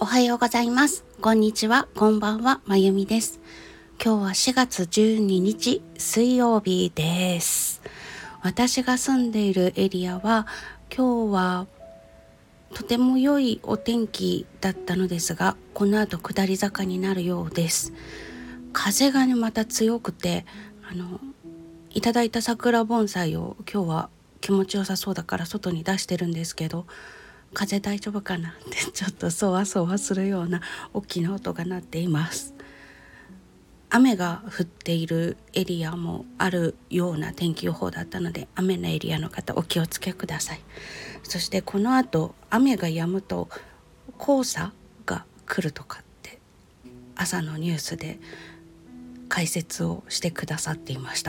おはようございます。こんにちは、こんばんは、まゆみです。今日は4月12日水曜日です。私が住んでいるエリアは今日はとても良いお天気だったのですが、この後下り坂になるようです。風がね、また強くて、いただいた桜盆栽を今日は気持ちよさそうだから外に出してるんですけど、風大丈夫かなってちょっとそわそわするような大きな音が鳴っています。雨が降っているエリアもあるような天気予報だったので、雨のエリアの方お気をつけください。そしてこの後雨が止むと黄砂が来るとかって朝のニュースで解説をしてくださっていました、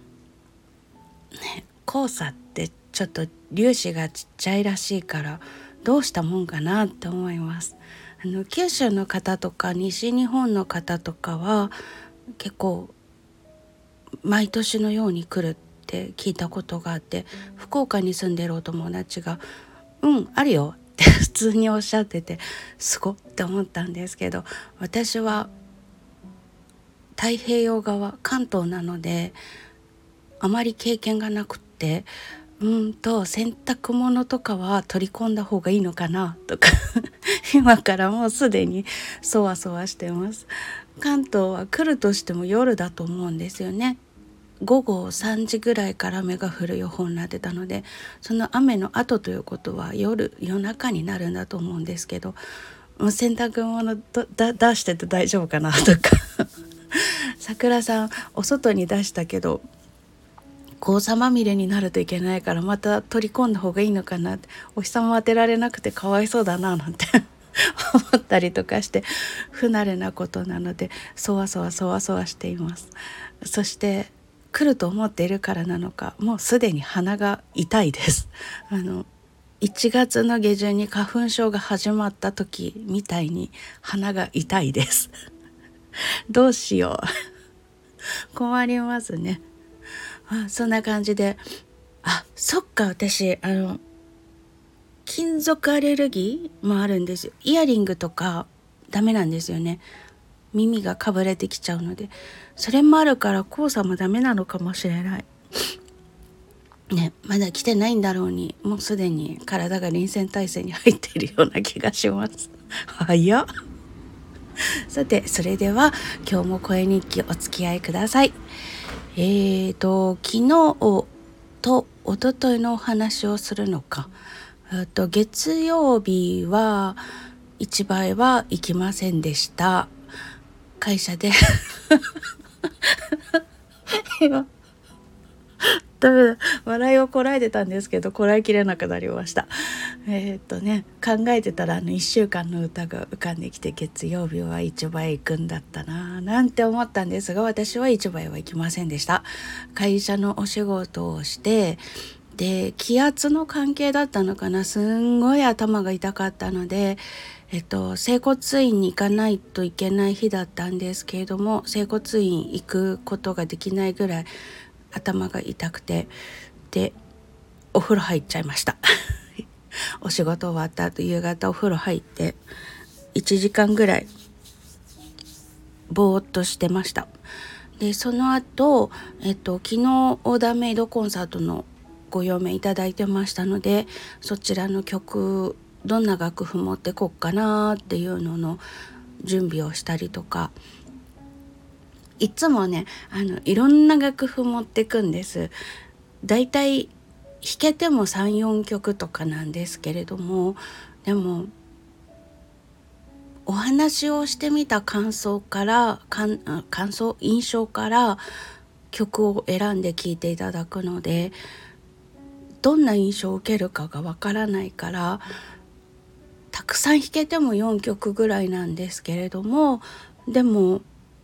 ね。黄砂ってちょっと粒子がちっちゃいらしいからどうしたもんかなって思います。九州の方とか西日本の方とかは結構毎年のように来るって聞いたことがあって、福岡に住んでるお友達があるよって普通におっしゃってて、すごって思ったんですけど、私は太平洋側関東なのであまり経験がなくって、洗濯物とかは取り込んだ方がいいのかなとか今からもうすでにそわそわしてます。関東は来るとしても夜だと思うんですよね。午後3時ぐらいから雨が降る予報になってたので、その雨の後ということは夜中になるんだと思うんですけど、洗濯物出してて大丈夫かなとか桜さんお外に出したけど黄砂まみれになるといけないからまた取り込んだ方がいいのかなって、お日様当てられなくてかわいそうだななんて思ったりとかして、不慣れなことなのでそわそわしています。そして来ると思っているからなのか、もうすでに鼻が痛いです。1月の下旬に花粉症が始まった時みたいに鼻が痛いですどうしよう困りますね。そんな感じで、そっか、私金属アレルギーもあるんですよ。イヤリングとかダメなんですよね。耳がかぶれてきちゃうので、それもあるから黄砂もダメなのかもしれないね。まだ来てないんだろうに、もうすでに体が臨戦態勢に入っているような気がします早っ。さて、それでは今日も声日記お付き合いください。昨日と一昨日のお話をするのか。月曜日は市場へは行きませんでした。会社で今ダメだ、笑いをこらえてたんですけどこらえきれなくなりました。考えてたら1週間の歌が浮かんできて、月曜日は市場へ行くんだったななんて思ったんですが、私は市場へは行きませんでした。会社のお仕事をして、で気圧の関係だったのかな、すんごい頭が痛かったので、整骨院に行かないといけない日だったんですけれども、整骨院行くことができないぐらい頭が痛くて、でお風呂入っちゃいましたお仕事終わった後夕方お風呂入って1時間ぐらいぼーっとしてました。でその後、昨日オーダーメイドコンサートのご用命いただいてましたので、そちらの曲どんな楽譜持ってこっかなっていうのの準備をしたりとか、いつもねいろんな楽譜持ってくんです。だいたい弾けても 3,4 曲とかなんですけれども、でもお話をしてみた印象から曲を選んで聴いていただくので、どんな印象を受けるかがわからないから、たくさん弾けても4曲ぐらいなんですけれども、でも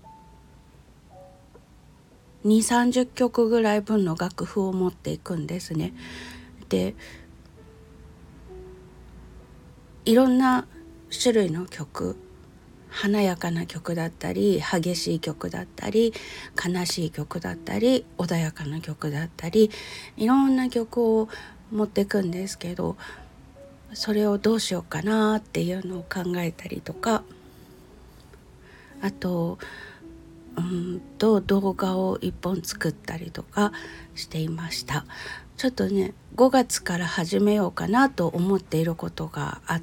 2、30曲ぐらい分の楽譜を持っていくんですね。でいろんな種類の曲、華やかな曲だったり激しい曲だったり悲しい曲だったり穏やかな曲だったり、いろんな曲を持っていくんですけど、 それをどうしようかなっていうのを考えたりとか、あと動画を一本作ったりとかしていました。ちょっとね5月から始めようかなと思っていることがあって、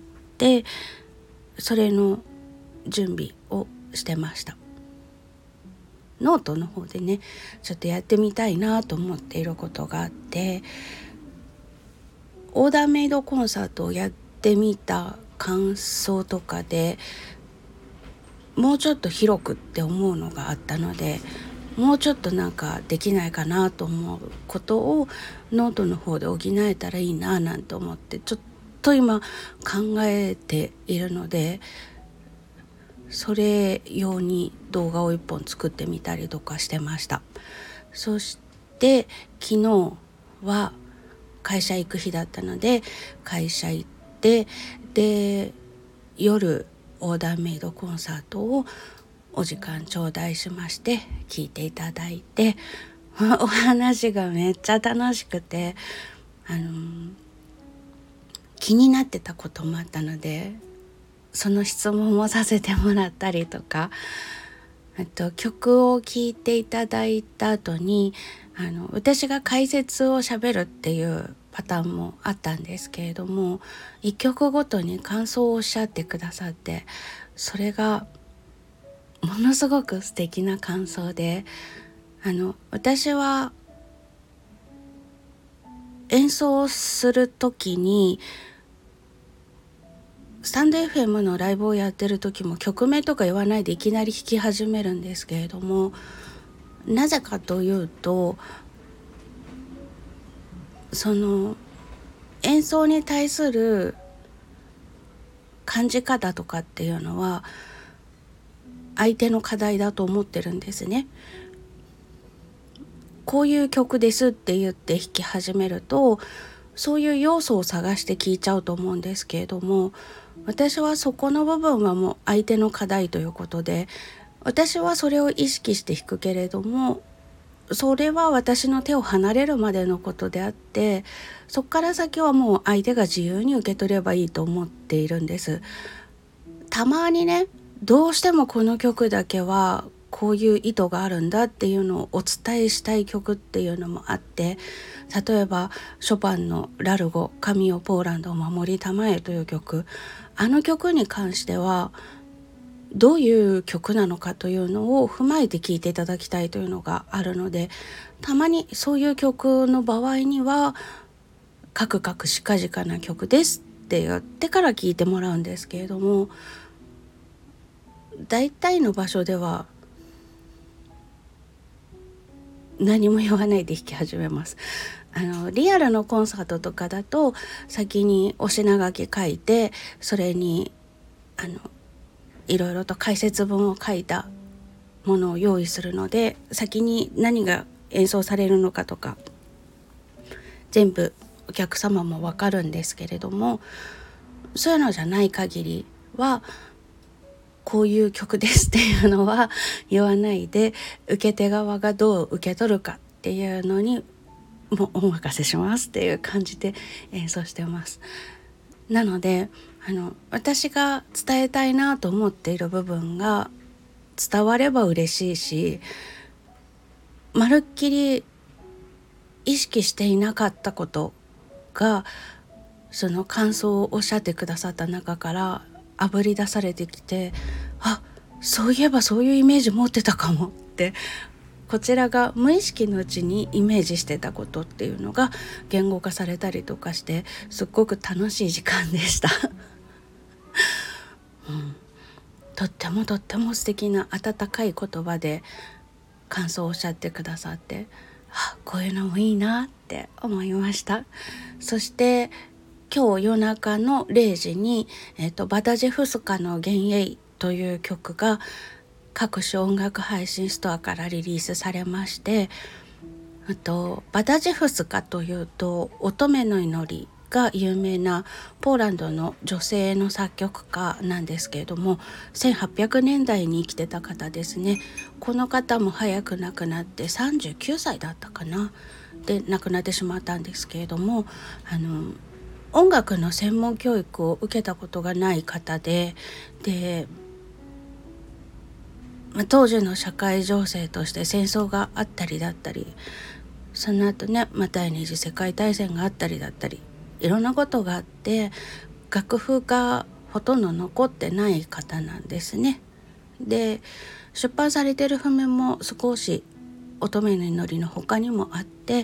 それの準備をしてました。ノートの方でねちょっとやってみたいなと思っていることがあって、オーダーメイドコンサートをやってみた感想とかでもうちょっと広くって思うのがあったので、もうちょっとなんかできないかなと思うことをノートの方で補えたらいいななんて思って、ちょっと今考えているので、それ用に動画を一本作ってみたりとかしてました。そして昨日は会社行く日だったので会社行って、で夜オーダーメイドコンサートをお時間頂戴しまして聞いていただいて、お話がめっちゃ楽しくて、気になってたこともあったのでその質問もさせてもらったりとか、あと曲を聴いていただいた後に私が解説をしゃべるっていうパターンもあったんですけれども、一曲ごとに感想をおっしゃってくださって、それがものすごく素敵な感想で、私は演奏する時にスタンド FM のライブをやってる時も曲名とか言わないでいきなり弾き始めるんですけれども、なぜかというとその演奏に対する感じ方とかっていうのは相手の課題だと思ってるんですね。こういう曲ですって言って弾き始めるとそういう要素を探して聴いちゃうと思うんですけれども、私はそこの部分はもう相手の課題ということで、私はそれを意識して弾くけれどもそれは私の手を離れるまでのことであって、そこから先はもう相手が自由に受け取ればいいと思っているんです。たまにねどうしてもこの曲だけはこういう意図があるんだっていうのをお伝えしたい曲っていうのもあって、例えばショパンのラルゴ神よポーランドを守りたまえという曲、あの曲に関してはどういう曲なのかというのを踏まえて聴いていただきたいというのがあるので、たまにそういう曲の場合にはカクカクしかじかな曲ですって言ってから聴いてもらうんですけれども、大体の場所では何も言わないで弾き始めます。リアルのコンサートとかだと先にお品書き書いて、それにいろいろと解説文を書いたものを用意するので、先に何が演奏されるのかとか全部お客様も分かるんですけれども、そういうのじゃない限りはこういう曲ですっていうのは言わないで、受け手側がどう受け取るかっていうのにもうお任せしますっていう感じで演奏してます。なので私が伝えたいなと思っている部分が伝われば嬉しいし、まるっきり意識していなかったことがその感想をおっしゃってくださった中からあぶり出されてきて、あ、そういえばそういうイメージ持ってたかもって、こちらが無意識のうちにイメージしてたことっていうのが言語化されたりとかして、すっごく楽しい時間でした、とってもとっても素敵な温かい言葉で感想をおっしゃってくださって、こういうのもいいなって思いました。そして今日夜中の0時に、バタジェフスカの幻影という曲が各種音楽配信ストアからリリースされまして、バタジェフスカというと乙女の祈りが有名なポーランドの女性の作曲家なんですけれども、1800年代に生きてた方ですね。この方も早く亡くなって39歳だったかなで亡くなってしまったんですけれども、 音楽の専門教育を受けたことがない方で、当時の社会情勢として戦争があったりだったり、その後ね、第二次世界大戦があったりだったり、いろんなことがあって楽譜がほとんど残ってない方なんですね。で、出版されてる譜面も少し乙女の祈りの他にもあって、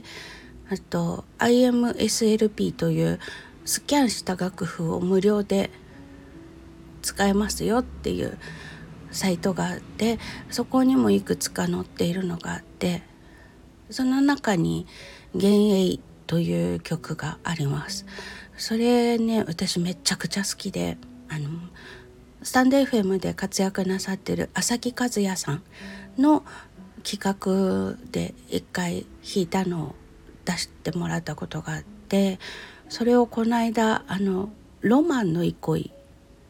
あと IMSLP というスキャンした楽譜を無料で使えますよっていうサイトがあって、そこにもいくつか載っているのがあって、その中に幻影という曲があります。それね、私めちゃくちゃ好きで、スタンド FM で活躍なさってる浅木和也さんの企画で一回弾いたのを出してもらったことがあって、それをこの間ロマンの憩い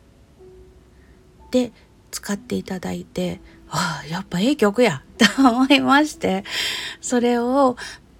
で使っていただいて、やっぱいい曲やと思いまして、それを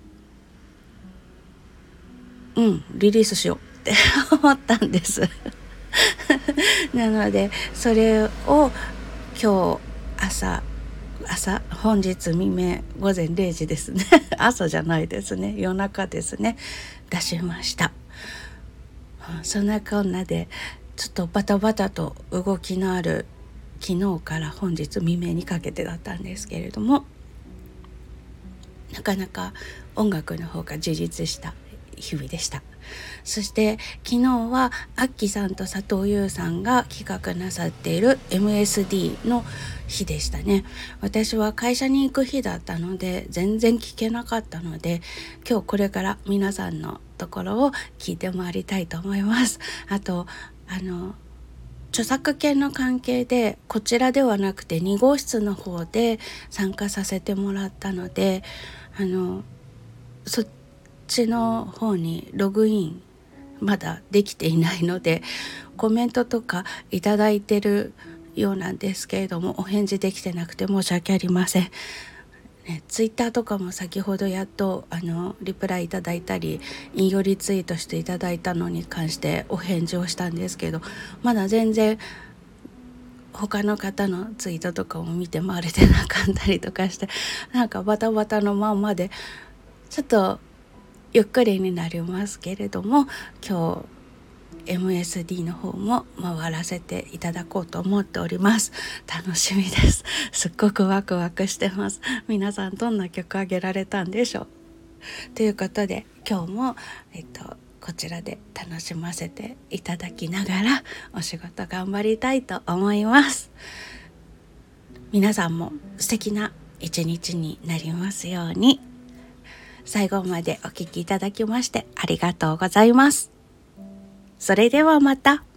リリースしようって思ったんですなのでそれを今日本日未明午前0時ですね朝じゃないですね、夜中ですね、出しました。そんなこんなでちょっとバタバタと動きのある昨日から本日未明にかけてだったんですけれども、なかなか音楽の方が充実した日々でした。そして昨日はアッキさんと佐藤優さんが企画なさっている MSD の日でしたね。私は会社に行く日だったので全然聞けなかったので、今日これから皆さんのところを聞いて回りたいと思います。あと著作権の関係でこちらではなくて2号室の方で参加させてもらったので、そっちの方にログインまだできていないので、コメントとかいただいてるようなんですけれども、お返事できてなくて申し訳ありません。ツイッターとかも先ほどやっとリプライいただいたり引用リツイートしていただいたのに関してお返事をしたんですけど、まだ全然他の方のツイートとかも見て回れてなかったりとかして、なんかバタバタのまんまでちょっとゆっくりになりますけれども、今日MSD の方も回らせていただこうと思っております。楽しみです。すっごくワクワクしてます。皆さんどんな曲あげられたんでしょう。ということで今日もこちらで楽しませていただきながらお仕事頑張りたいと思います。皆さんも素敵な一日になりますように。最後までお聞きいただきましてありがとうございます。それではまた。